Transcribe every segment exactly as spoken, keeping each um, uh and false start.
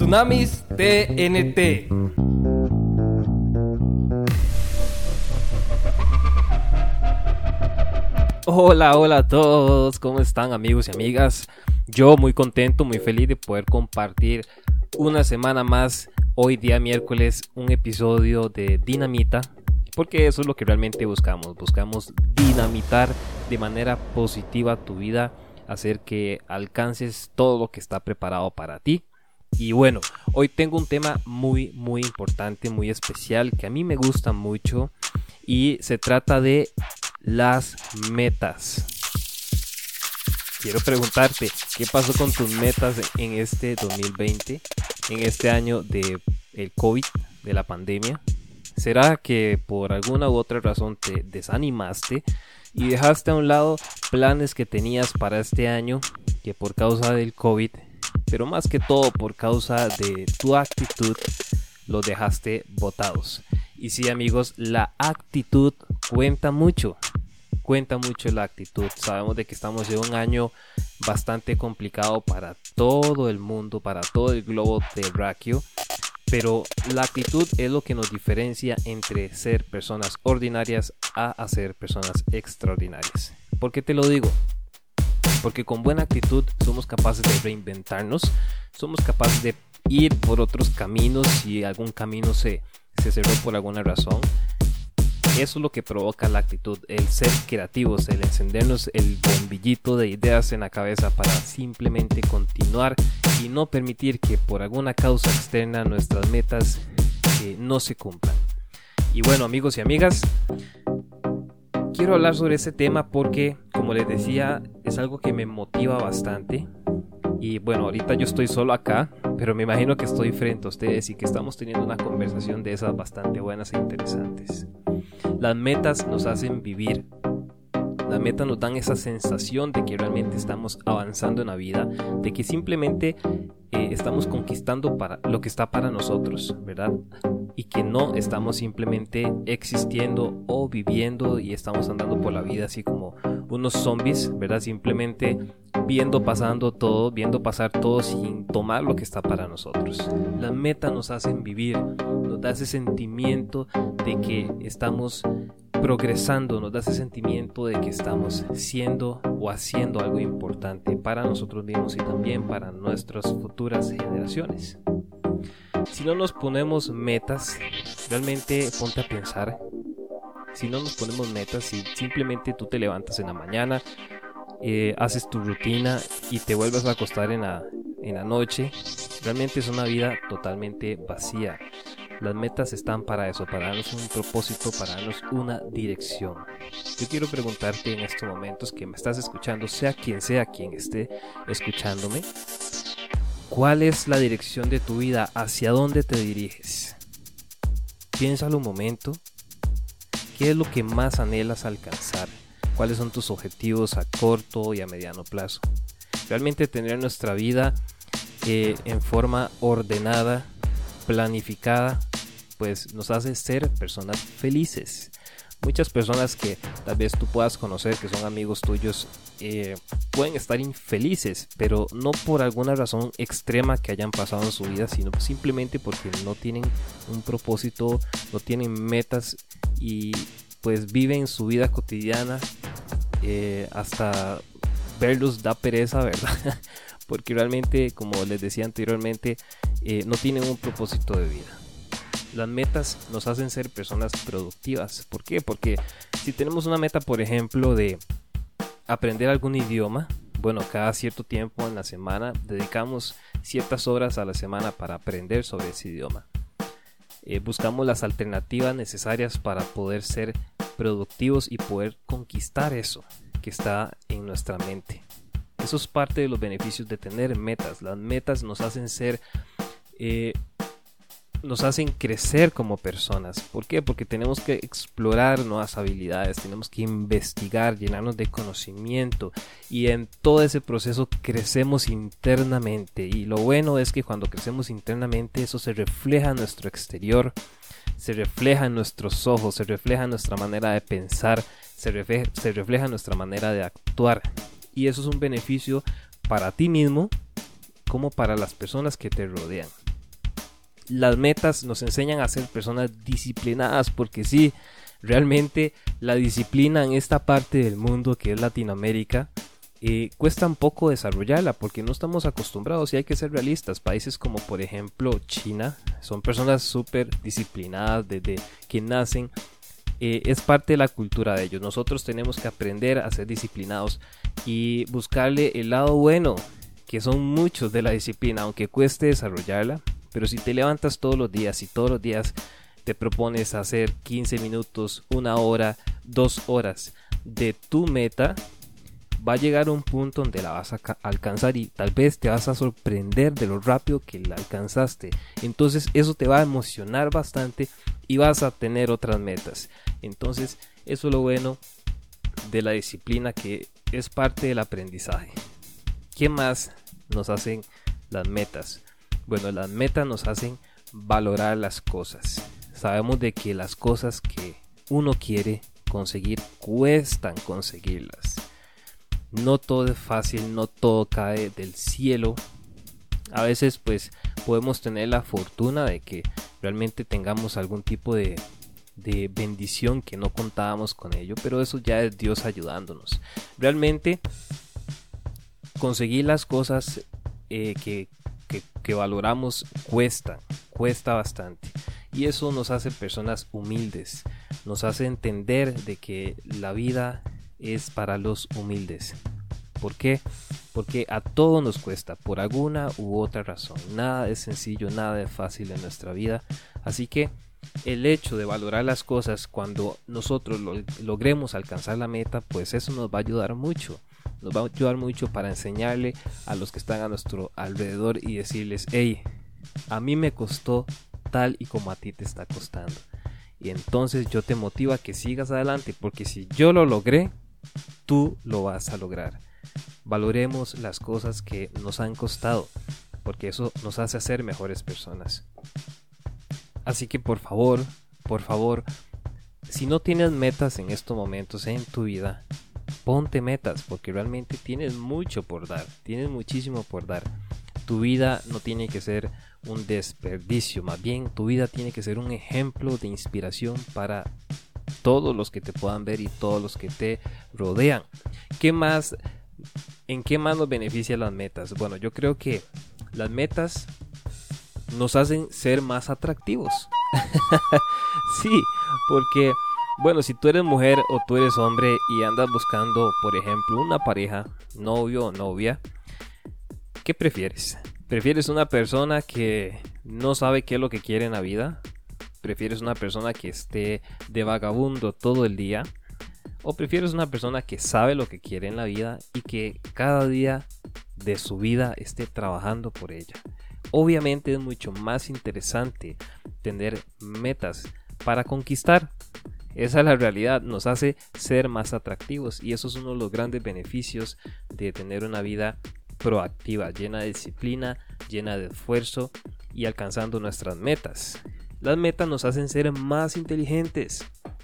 Tsunamis T N T. Hola, hola a todos, ¿cómo están amigos y amigas? Yo muy contento, muy feliz de poder compartir una semana más, hoy día miércoles, un episodio de Dinamita, porque eso es lo que realmente buscamos, buscamos dinamitar de manera positiva tu vida, hacer que alcances todo lo que está preparado para ti. Y bueno, hoy tengo un tema muy muy importante, muy especial, que a mí me gusta mucho y se trata de las metas. Quiero preguntarte, ¿qué pasó con tus metas en este dos mil veinte, en este año de el COVID, de la pandemia? ¿Será que por alguna u otra razón te desanimaste y dejaste a un lado planes que tenías para este año, que por causa del COVID, pero más que todo por causa de tu actitud, los dejaste botados? Y sí, amigos, la actitud cuenta mucho. Cuenta mucho la actitud. Sabemos de que estamos en un año bastante complicado para todo el mundo, para todo el globo terráqueo. Pero la actitud es lo que nos diferencia entre ser personas ordinarias a, a ser personas extraordinarias. ¿Por qué te lo digo? Porque con buena actitud somos capaces de reinventarnos, somos capaces de ir por otros caminos si algún camino se, se cerró por alguna razón. Eso es lo que provoca la actitud, el ser creativos, el encendernos el bombillito de ideas en la cabeza para simplemente continuar y no permitir que por alguna causa externa nuestras metas eh, no se cumplan. Y bueno, amigos y amigas, quiero hablar sobre ese tema porque, como les decía, es algo que me motiva bastante. Y bueno, ahorita yo estoy solo acá, pero me imagino que estoy frente a ustedes y que estamos teniendo una conversación de esas bastante buenas e interesantes. Las metas nos hacen vivir. Las metas nos dan esa sensación de que realmente estamos avanzando en la vida, de que simplemente eh, estamos conquistando para lo que está para nosotros, ¿verdad? Y que no estamos simplemente existiendo o viviendo y estamos andando por la vida así como unos zombies, ¿verdad? Simplemente viendo pasando todo, viendo pasar todo sin tomar lo que está para nosotros. Las metas nos hacen vivir, nos da ese sentimiento de que estamos progresando, nos da ese sentimiento de que estamos siendo o haciendo algo importante para nosotros mismos y también para nuestras futuras generaciones. Si no nos ponemos metas, realmente ponte a pensar. Si no nos ponemos metas, si simplemente tú te levantas en la mañana, eh, haces tu rutina y te vuelves a acostar en la, en la noche, realmente es una vida totalmente vacía. Las metas están para eso, para darnos un propósito, para darnos una dirección. Yo quiero preguntarte en estos momentos que me estás escuchando, sea quien sea quien esté escuchándome, ¿cuál es la dirección de tu vida? ¿Hacia dónde te diriges? Piénsalo un momento. ¿Qué es lo que más anhelas alcanzar? ¿Cuáles son tus objetivos a corto y a mediano plazo? Realmente tener nuestra vida eh, en forma ordenada, planificada, pues nos hace ser personas felices. Muchas personas que tal vez tú puedas conocer, que son amigos tuyos, eh, pueden estar infelices, pero no por alguna razón extrema que hayan pasado en su vida, sino simplemente porque no tienen un propósito, no tienen metas y pues viven su vida cotidiana. Eh, hasta verlos da pereza, ¿verdad? Porque realmente, como les decía anteriormente, eh, no tienen un propósito de vida. Las metas nos hacen ser personas productivas. ¿Por qué? Porque si tenemos una meta, por ejemplo, de aprender algún idioma, bueno, cada cierto tiempo en la semana dedicamos ciertas horas a la semana para aprender sobre ese idioma. Eh, buscamos las alternativas necesarias para poder ser productivos y poder conquistar eso que está en nuestra mente. Eso es parte de los beneficios de tener metas. Las metas nos hacen ser, eh, nos hacen crecer como personas. ¿Por qué? Porque tenemos que explorar nuevas habilidades, tenemos que investigar, llenarnos de conocimiento y en todo ese proceso crecemos internamente. Y lo bueno es que cuando crecemos internamente eso se refleja en nuestro exterior, se refleja en nuestros ojos, se refleja en nuestra manera de pensar, se refleja, se refleja en nuestra manera de actuar. Y eso es un beneficio para ti mismo como para las personas que te rodean. las metas nos enseñan a ser personas disciplinadas, porque sí, realmente la disciplina en esta parte del mundo que es Latinoamérica eh, cuesta un poco desarrollarla porque no estamos acostumbrados, y hay que ser realistas. Países como por ejemplo China son personas súper disciplinadas desde que nacen. Eh, es parte de la cultura de ellos. Nosotros tenemos que aprender a ser disciplinados y buscarle el lado bueno, que son muchos de la disciplina, aunque cueste desarrollarla. Pero si te levantas todos los días y todos los días te propones hacer quince minutos, una hora, dos horas de tu meta, va a llegar un punto donde la vas a alcanzar y tal vez te vas a sorprender de lo rápido que la alcanzaste. Entonces eso te va a emocionar bastante y vas a tener otras metas. Entonces eso es lo bueno de la disciplina, que es parte del aprendizaje. ¿Qué más nos hacen las metas? Bueno, las metas nos hacen valorar las cosas. Sabemos de que las cosas que uno quiere conseguir cuestan conseguirlas. No todo es fácil, no todo cae del cielo. A veces pues podemos tener la fortuna de que realmente tengamos algún tipo de, de bendición que no contábamos con ello, pero eso ya es Dios ayudándonos. Realmente conseguir las cosas eh, que, que, que valoramos cuesta, cuesta bastante. Y eso nos hace personas humildes, nos hace entender de que la vida es para los humildes. ¿Por qué? Porque a todos nos cuesta, por alguna u otra razón. Nada es sencillo, nada es fácil en nuestra vida. Así que el hecho de valorar las cosas cuando nosotros lo, logremos alcanzar la meta, pues eso nos va a ayudar mucho. Nos va a ayudar mucho para enseñarle a los que están a nuestro alrededor y decirles: hey, a mí me costó tal y como a ti te está costando. Y entonces yo te motivo a que sigas adelante, porque si yo lo logré, tú lo vas a lograr. Valoremos las cosas que nos han costado, porque eso nos hace ser mejores personas. Así que por favor, por favor, si no tienes metas en estos momentos en tu vida, ponte metas, porque realmente tienes mucho por dar, tienes muchísimo por dar. Tu vida no tiene que ser un desperdicio, más bien tu vida tiene que ser un ejemplo de inspiración para todos los que te puedan ver y todos los que te rodean. ¿Qué más? ¿En qué más nos benefician las metas? Bueno, yo creo que las metas nos hacen ser más atractivos. Sí, porque bueno, si tú eres mujer o tú eres hombre y andas buscando, por ejemplo, una pareja, novio o novia, ¿qué prefieres? ¿Prefieres una persona que no sabe qué es lo que quiere en la vida? ¿Prefieres una persona que esté de vagabundo todo el día? ¿O prefieres una persona que sabe lo que quiere en la vida y que cada día de su vida esté trabajando por ella? Obviamente es mucho más interesante tener metas para conquistar. Esa es la realidad, nos hace ser más atractivos, y eso es uno de los grandes beneficios de tener una vida proactiva, llena de disciplina, llena de esfuerzo y alcanzando nuestras metas. Las metas nos hacen ser más inteligentes.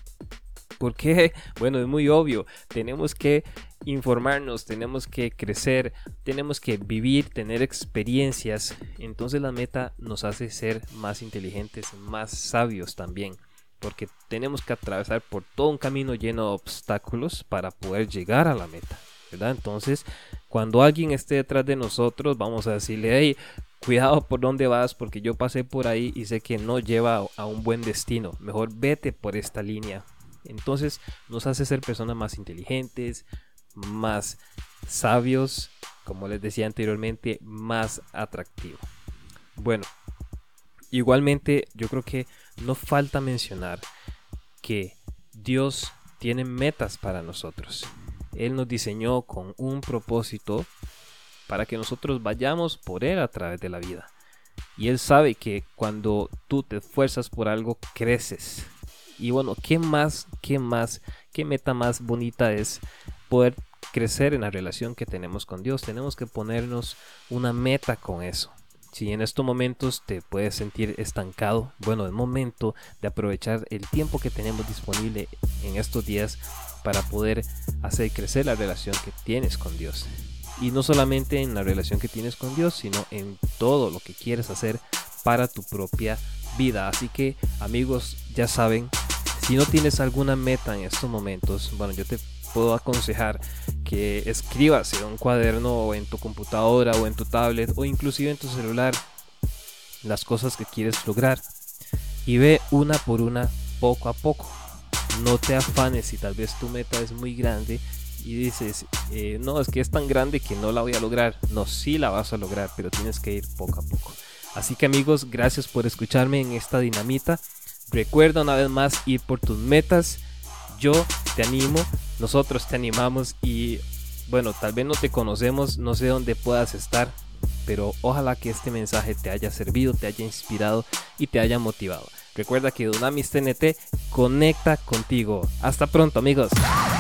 ¿Por qué? Bueno, es muy obvio. Tenemos que informarnos, tenemos que crecer, tenemos que vivir, tener experiencias. Entonces la meta nos hace ser más inteligentes, más sabios también, porque tenemos que atravesar por todo un camino lleno de obstáculos para poder llegar a la meta, ¿verdad? Entonces, cuando alguien esté detrás de nosotros, vamos a decirle: hey, cuidado por dónde vas, porque yo pasé por ahí y sé que no lleva a un buen destino. Mejor vete por esta línea. Entonces nos hace ser personas más inteligentes, más sabios, como les decía anteriormente, más atractivo. Bueno, igualmente yo creo que no falta mencionar que Dios tiene metas para nosotros. Él nos diseñó con un propósito para que nosotros vayamos por Él a través de la vida. Y Él sabe que cuando tú te esfuerzas por algo, creces. Y bueno, ¿qué más, qué más, qué meta más bonita es poder crecer en la relación que tenemos con Dios? Tenemos que ponernos una meta con eso. Si en estos momentos te puedes sentir estancado, bueno, es momento de aprovechar el tiempo que tenemos disponible en estos días para poder hacer crecer la relación que tienes con Dios. Y no solamente en la relación que tienes con Dios, sino en todo lo que quieres hacer para tu propia vida. Así que amigos, ya saben, si no tienes alguna meta en estos momentos, bueno, yo te puedo aconsejar que escribas en un cuaderno o en tu computadora o en tu tablet o inclusive en tu celular las cosas que quieres lograr y ve una por una, poco a poco. No te afanes si tal vez tu meta es muy grande y dices, eh, no, es que es tan grande que no la voy a lograr. No, sí la vas a lograr, pero tienes que ir poco a poco. Así que amigos, gracias por escucharme en esta dinamita. Recuerda una vez más ir por tus metas. Yo te animo, nosotros te animamos y bueno, tal vez no te conocemos, no sé dónde puedas estar, pero ojalá que este mensaje te haya servido, te haya inspirado y te haya motivado. Recuerda que Dunamis T N T conecta contigo. Hasta pronto amigos.